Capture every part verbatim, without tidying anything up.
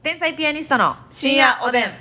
天才ピアニストの深夜おでん。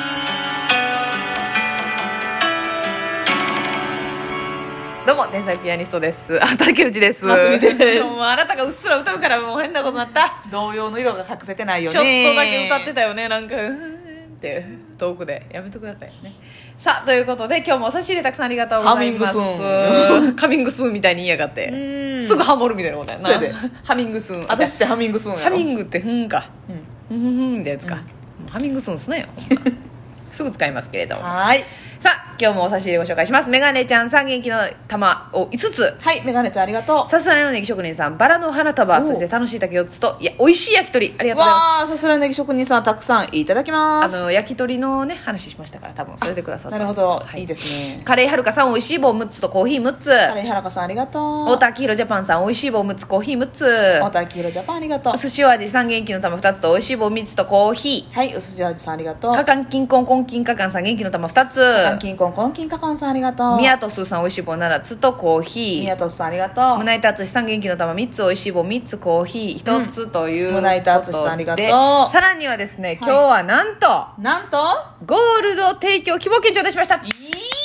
どうも天才ピアニストです。あ、竹内です。 ますみです。 もうあなたがうっすら歌うからもう変なことになった。 童謡の色が隠せてないよね。 ちょっとだけ歌ってたよね。なんかうーんって遠くでやめてくださいね。さあということで今日もお差し入れたくさんありがとうございます。 ハミングスーンカミングスーンみたいに言いやがってすぐハモるみたいなことやな。 そうやでハミングスーン。 私ってハミングスーンやろ。 ハミングってふんか、 うん、 ふんふんふんってやつか、うん、ハミングスーンすなよすぐ使いますけれども。 はい。 さあ今日もお差し入れご紹介します。メガネちゃんさん元気の玉をいつつ、 はい、メガネちゃんありがとう。 さすらいのネギ職人さんバラの花束、そして楽しい竹よっつといや美味しい焼き鳥ありがとうございます。 わあ、さすらいのネギ職人さんたくさんいただきます。 あの焼き鳥のね話しましたから多分それでくださった。 なるほど、 はい、 いいですね。 カレーはるかさん美味しい棒むっつとコーヒーむっつ。 カレーはるかさんありがとう。 太田明宏ジャパンさん美味しい棒むっつコーヒーむっつ。 太田明宏ジャパンありがとう。 寿司味さん元気の玉ふたつと美味しい棒みっつとコーヒー。はい、うすし味さんありがとう。 かかんきんこんこんきんかかんさん元気の玉ふたつ。 かかんきんこんこんきんかかんさんありがとう。 宮戸すーさん美味しい棒ななつとコーヒー。 宮戸さんありがとう。 胸板敦さん元気の玉みっつ美味しい棒みっつコーヒーひとつということで、 胸板敦さんありがとう。 さらにはですね、今日はなんと、 はい、なんとゴールド提供希望券頂戴しました。いい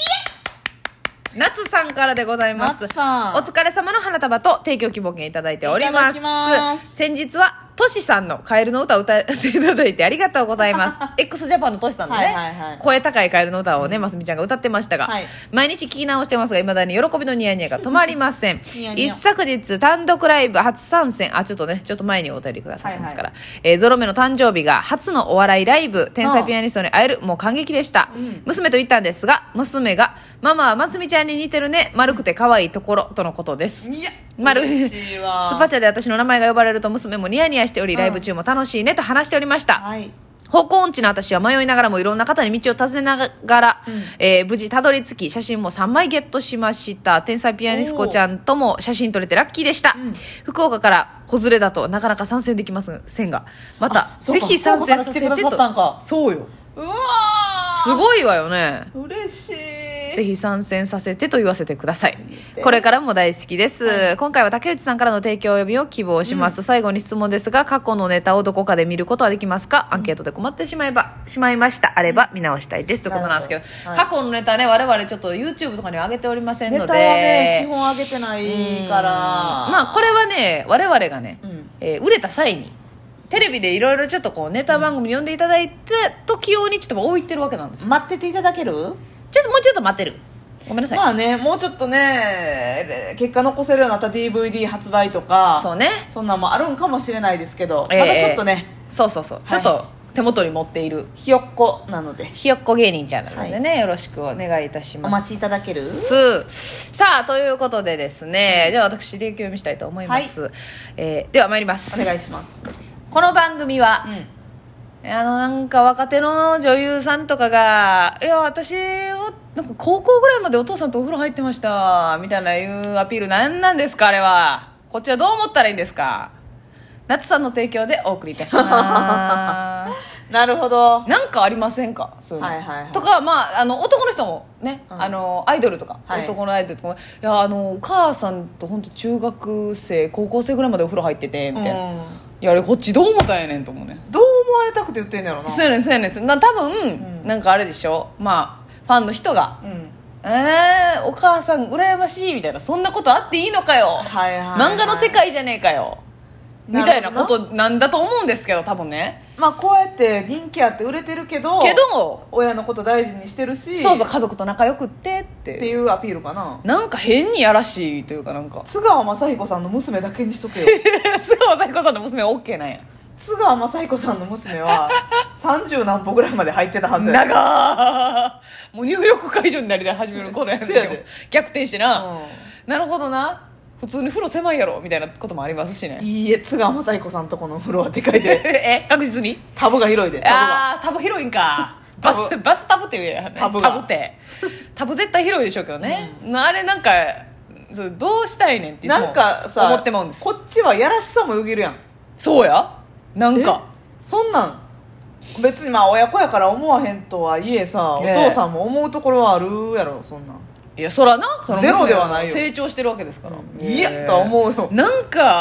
夏さんからでございます。 夏さんお疲れ様の花束と提供希望券いただいております。 いただきます。 先日はトシさんのカエルの歌を歌っていただいてありがとうございますx ジャパンのトシさんのね、 はいはいはい、 声高いカエルの歌をね、ますみちゃんが歌ってましたが、はい、毎日聞き直してますが未だに喜びのニヤニヤが止まりませんニヤニヤ。 一昨日単独ライブ初参戦、あちょっとねちょっと前にお便りくださいますから、はいはい、えー、ゾロ目の誕生日が初のお笑いライブ、天才ピアニストに会える、もう感激でした、うん、娘と言ったんですが娘がママはますみちゃんに似てるね、丸くて可愛いところとのことです。 いや丸スパチャで私の名前が呼ばれると娘もニヤニヤしており、ライブ中も楽しいねと話しておりました、はい、方向音痴の私は迷いながらもいろんな方に道を尋ねながら、うん、えー、無事たどり着き写真もさんまいゲットしました。天才ピアニスコちゃんとも写真撮れてラッキーでした、うん、福岡から子連れだとなかなか参戦できませんがまたぜひ参戦させてと。そうよ、 うわすごいわよね、 嬉しい。 ぜひ参戦させてと言わせてください。これからも大好きです、はい、今回は竹内さんからの提供及びを希望します、うん、最後に質問ですが過去のネタをどこかで見ることはできますか、アンケートで困ってしまえばしまいましたあれば見直したいですということなんですけど、はい、過去のネタね我々ちょっと YouTube とかには上げておりませんので、 ネタはね基本上げてないから、 まあこれはね我々がね、うん、えー、売れた際にテレビでいろいろちょっとこうネタ番組に呼んでいただいて時用にちょっと置いてるわけなんです。 待ってていただける？ ちょっともうちょっと待ってる。ごめんなさい。 まあね、もうちょっとね結果残せるようになった ディーブイディー 発売とか、 そうね、 そんなんもあるんかもしれないですけど、 えー、 まだちょっとね、 そうそうそう、はい、ちょっと手元に持っているひよっこなので、 ひよっこ芸人ちゃんなのでね、はい、よろしくお願いいたします。 お待ちいただける？ さあということでですね、うん、じゃあ私提供読みしたいと思います、はい、えー、では参ります。 お願いします。 この番組は、うん、あのなんか若手の女優さんとかがいや私はなんか高校ぐらいまでお父さんとお風呂入ってましたみたいないうアピールなんなんですか。あれはこっちはどう思ったらいいんですか。夏さんの提供でお送りいたしますなるほど。 なんかありませんかそういうの、はいはいはい、とか、まあ、あの男の人もね、うん、あのアイドルとか、はい、男のアイドルとかもいやあのお母さんと本当中学生高校生ぐらいまでお風呂入っててみたいな、うん、いやあれこっちどう思ったんやねんと思うね。 どう思われたくて言ってんねやろな。 そうやねんそうやねんな多分、うん、なんかあれでしょ、まあファンの人が、うん、えー、お母さん羨ましいみたいな、そんなことあっていいのかよ、はいはいはい、漫画の世界じゃねえかよみたいなことなんだと思うんですけど、多分ね、 まあこうやって人気あって売れてるけどけど親のこと大事にしてるし、 そうそう家族と仲良くってってっていうアピールかな。 なんか変にやらしいというか、なんか津川雅彦さんの娘だけにしとけよ津川雅彦さんの娘は OK なんや。 津川雅彦さんの娘はさんじゅう何歩ぐらいまで入ってたはずや。 長ーもう入浴会場になり始める頃やねんけど逆転してな、うん、なるほどな、普通に風呂狭いやろみたいなこともありますしね。 いいえ、津川雅彦さんとこの風呂はでかいでえ確実にタブが広いで。タブがああタブ広いんかバスバスタブって言うやん、ね、タブがタブってタブ絶対広いでしょうけどね、うん、あれなんかそうどうしたいねんっていつもなんかさ思ってまうんです。 こっちはやらしさもよぎるやん。 そうやなんかそんなん別にまあ親子やから思わへんとはいえさ、お父さんも思うところはあるやろ。そんなんいやそらなそのゼロではないよ。 成長してるわけですから、 いやとは思うよ。 なんか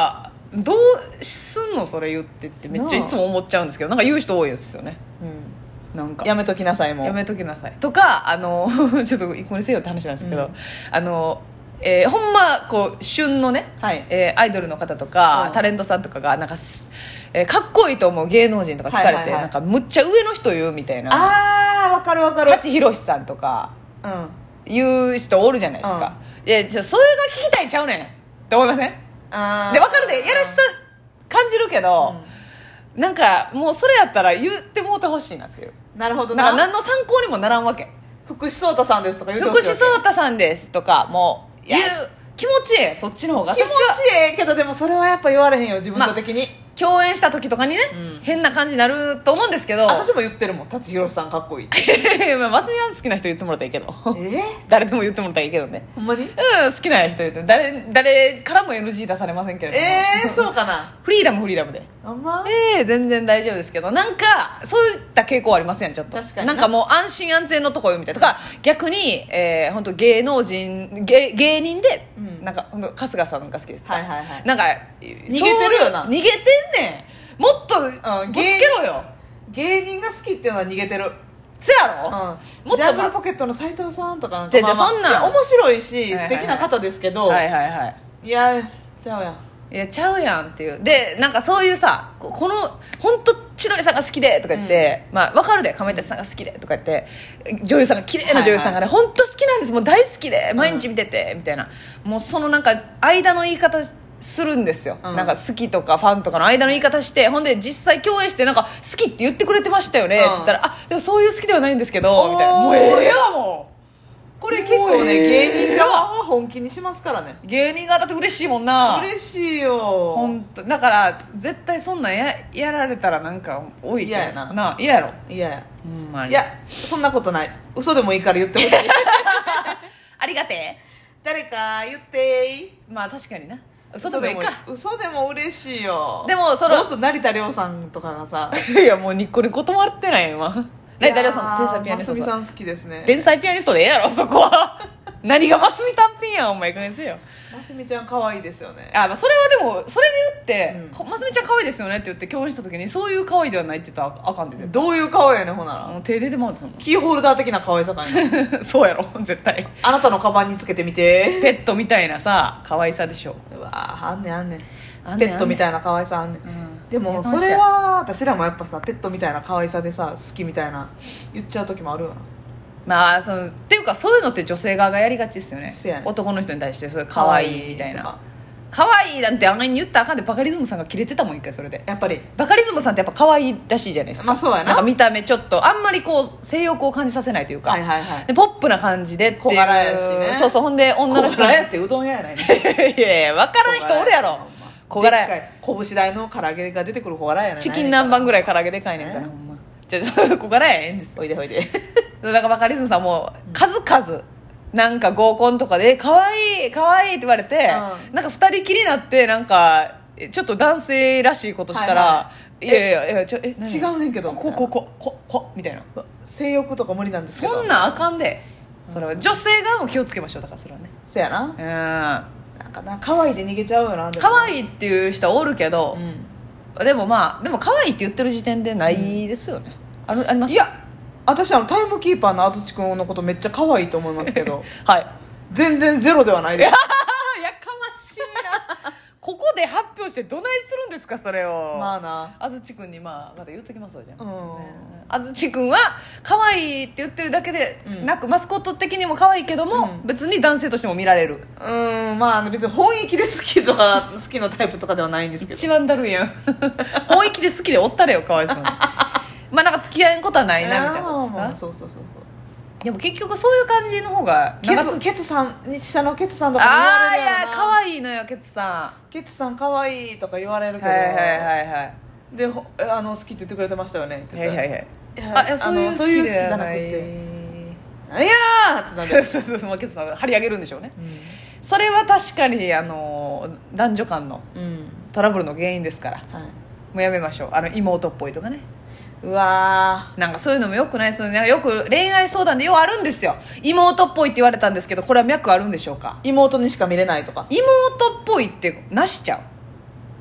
どうすんのそれ言ってってめっちゃいつも思っちゃうんですけど、なんか言う人多いですよね、うん、なんかやめときなさいもうやめときなさいとか、あのちょっとこれせよって話なんですけど、うん、あのえー、ほんまこう旬のね、はい、えー、アイドルの方とか、うん、タレントさんとかがなんか、えー、かっこいいと思う芸能人とか聞かれて、はいはいはい、なんかむっちゃ上の人言うみたいな、 あーわかるわかる、 舘ひろしさんとか、うん、言う人おるじゃないですか、うん、いやじゃあそれが聞きたいんちゃうねんって思いません？あで分かるでやらしさ感じるけど、うん、なんかもうそれやったら言ってもうてほしいなっていう。 なるほどな。 なんか何の参考にもならんわけ。 福士蒼汰さんですとか言うてほしいわけ。福士蒼汰さんですとかもう言う気持ちええ、そっちの方が。 気持ちええけどでもそれはやっぱ言われへんよ事務所的に、まあ、 共演した時とかにね、うん、変な感じになると思うんですけど、 私も言ってるもん、舘ひろしさんかっこいいってまあますみは好きな人言ってもらったらいいけど、 えー、 誰でも言ってもらったらいいけどね。 ほんまに？ うん、好きな人言って誰誰からも エヌジー 出されませんけれども、 えー、そうかなフリーダムフリーダムで、 あんまえー、全然大丈夫ですけど、なんかそういった傾向ありますやん、ちょっと。確かにな。なんかもう安心安全のとこよみたいなとか、逆に、えー、本当芸能人芸芸人で、うん、なんか本当春日さんが好きです、 はいはいはい、 なんか逃げてるよな。 逃げてんねん、もっと、うん、ぶつけろよ。 芸人が好きっていうのは逃げてる。 せやろ、うん、 もっとジャングルポケットの斉藤さんとかなんか、 じゃ、まあまあ、そんな面白いし、はいはいはい、素敵な方ですけど、 はいはいはい、 いやちゃうやん、 いやちゃうやんっていう。でなんかそういうさ、ここの本当千鳥さんが好きでとか言って、うん、まあ分かるで、亀田さんが好きでとか言って女優さんが綺麗な女優さんがね、はいはい、本当好きなんです、もう大好きで毎日見てて、うん、みたいな、もうそのなんか間の言い方するんですよ、うん、なんか好きとかファンとかの間の言い方して、ほんで実際共演してなんか好きって言ってくれてましたよね、うん、って言ったら、あでもそういう好きではないんですけどみたいな、もうええやもうこれ結構ね芸人側は本気にしますからね。 芸人側だって嬉しいもんな。 嬉しいよ本当。だから絶対そんなん や, やられたらなんか多い嫌やな。 な嫌やろ。 嫌や、うん、まあ、いやそんなことない。嘘でもいいから言ってほしいありがてえ。 誰か言っていい。 まあ確かにな、嘘でもいいか。 嘘でも嬉しいよ。 でもそのどうす成田凌さんとかがさいやもうニッコニコ止まってない今。成田凌さん天才ピアニスト。 ますみさん好きですね。 天才ピアニストでええやろそこは何がますみ単品やん、お前いかげんせよ。 ますみちゃん可愛いですよね。 あ、まあ、それはでもそれで言って、うん、ますみちゃん可愛いですよねって言って共演した時にそういう可愛いではないって言ったらあかんですよ。 どういう可愛いやねんほなら。 手出てもらってたのキーホルダー的な可愛さかいなそうやろ絶対。 あなたのカバンにつけてみて。 ペットみたいなさ可愛さでしょ。 うわあんねんあんねん。ペットみたいな可愛さあんねん、うん、でもそれは私らもやっぱさペットみたいな可愛さでさ好きみたいな言っちゃう時もあるよな。 まあそのっていうかそういうのって女性側がやりがちですよね。ね、男の人に対してそれ可愛いみたいな。可愛いなんてあんまり言ったらあかんで。バカリズムさんがキレてたもん一回それで。やっぱりバカリズムさんってやっぱ可愛いらしいじゃないですか。 まあそうやな。 なんか見た目ちょっとあんまりこう性欲を感じさせないというか、 はいはいはい、 でポップな感じでっていう小柄やしね。 そうそう。ほんで女の人小柄やってうどん屋やないねいやいや分からん人おるやろ。小柄や拳大の唐揚げが出てくる小柄やね。 チキン南蛮ぐらい唐揚げでかいねんから、ほんまじゃあ小柄やええんですよ。 おいでおいでだからバカリズムさんも数々なんか合コンとかで可愛い可愛いって言われて、うん、なんか二人きりになってなんかちょっと男性らしいことしたら、はいはい、いやいやいやちょえ違うねんけどこここここみたいな。 性欲とか無理なんですけど。 そんなんあかんで。それは女性側も気をつけましょう。だからそれはね。 そうやな。うん。なんかな可愛いで逃げちゃうよな。 可愛いっていう人はおるけど、うん、でもまあでも可愛いって言ってる時点でないですよね。うん、あ, あります。 いや私あのタイムキーパーのあずちくんのことめっちゃ可愛いと思いますけどはい全然ゼロではないですやかましいなここで発表してどないするんですかそれを。 まあなあずちくんにまあまだ言っときますわじゃあ、うんね、あずちくんは可愛いって言ってるだけでなく、うん、マスコット的にも可愛いけども、うん、別に男性としても見られる。 うんまあ別に本気で好きとか好きのタイプとかではないんですけど一番だるいやん本気で好きでおったれよかわいそうにまあなんか付き合えんことはないなみたいなことですか。 そうそうそうそう。 でも結局そういう感じの方がケツケツさん日下のケツさんとか言われるやろな。ああいや可愛いのよケツさん。 ケツさん可愛いとか言われるけど、 はいはいはいはいであの好きって言ってくれてましたよねって言って、 はいはいはい、あいやそういう好きじゃなくてなんやーってなるそうそうそうケツさん張り上げるんでしょうね、うん、それは確かにあの男女間のトラブルの原因ですから、うんはい、もうやめましょう。あの妹っぽいとかね。 うわなんかそういうのもよくないですよね。よく恋愛相談でようあるんですよ。妹っぽいって言われたんですけどこれは脈あるんでしょうか。 妹にしか見れないとか。 妹っぽいってなしちゃう。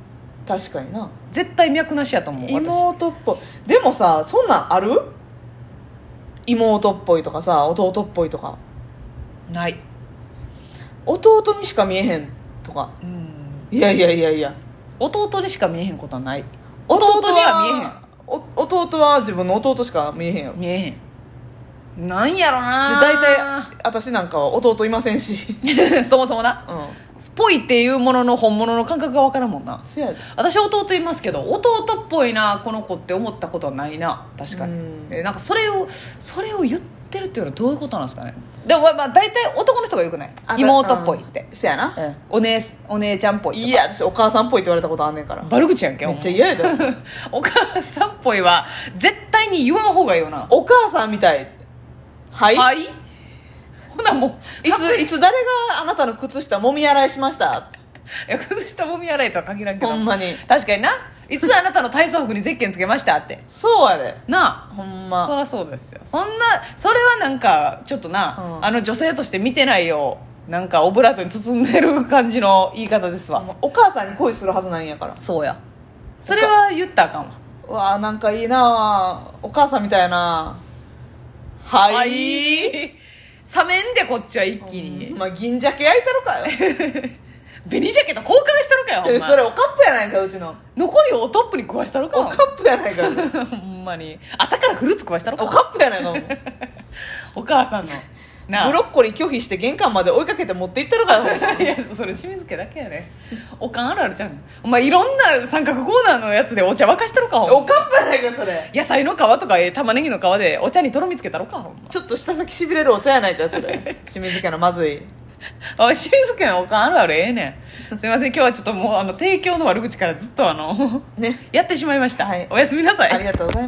確かにな。 絶対脈なしやと思う。 妹っぽい。でもさ、そんなんある？妹っぽいとかさ、弟っぽいとか。 ない。 弟にしか見えへんとか。うん。いやいやいやいや、 弟にしか見えへんことはない。弟には見えへん。 お弟は自分の弟しか見えへんよ。 見えへん。なんやろな。 で大体私なんかは弟いませんしそもそもな、うん、ぽいっていうものの本物の感覚が分からんもんな。 そやで。 私弟いますけど、弟っぽいなこの子って思ったことはないな。確かに。えなんかそれをそれを言ってるっていうのはどういうことなんですかね。でもまあ大体男の人がよくない？妹っぽいって。 そやな、 うん、お姉お姉ちゃんっぽいとか。 いや私お母さんっぽいって言われたことあんねんから。 悪口やんけ。 めっちゃ嫌やでお母さんっぽいは絶対に言わん方がいいよな。 お母さんみたい。はい、 はい、ほなもういついつ誰があなたの靴下もみ洗いしました？ いや靴下もみ洗いとは限らんけど、 ほんまに確かにな。いつあなたの体操服にゼッケンつけましたって。 そうやでなあ、 ほんま。 そりゃそうですよ。そんなそれはなんかちょっとな、うん、あの女性として見てないよ、なんかオブラートに包んでる感じの言い方ですわ。 お母さんに恋するはずなんやから。 そうや、それは言ったらあかんわ。 うわーなんかいいな、お母さんみたいな。はい、はい、 冷めんでこっちは一気に、 うん、まあ銀鮭焼いたろかよ紅鮭と交換したろかよ、ほんま。 それおカップやないか、うちの残りをおトップに食わしたろか。 おカップやないかほんまに朝からフルーツ食わしたろか。 おカップやないかお母さんのなあブロッコリー拒否して玄関まで追いかけて持って行ったろかいやそれ清水家だけやね。おかんあるあるちゃうねん。お前いろんな三角コーナーのやつでお茶沸かしたろか。 おカップやないかそれ。 野菜の皮とか玉ねぎの皮でお茶にとろみつけたろか。ほんまちょっと舌先しびれるお茶やないかそれ清水家のまずいおい清水家のおかんあるあるええねん。すいません今日はちょっともうあの提供の悪口からずっとあの、ね、やってしまいました、はい、おやすみなさい。 ありがとうございます。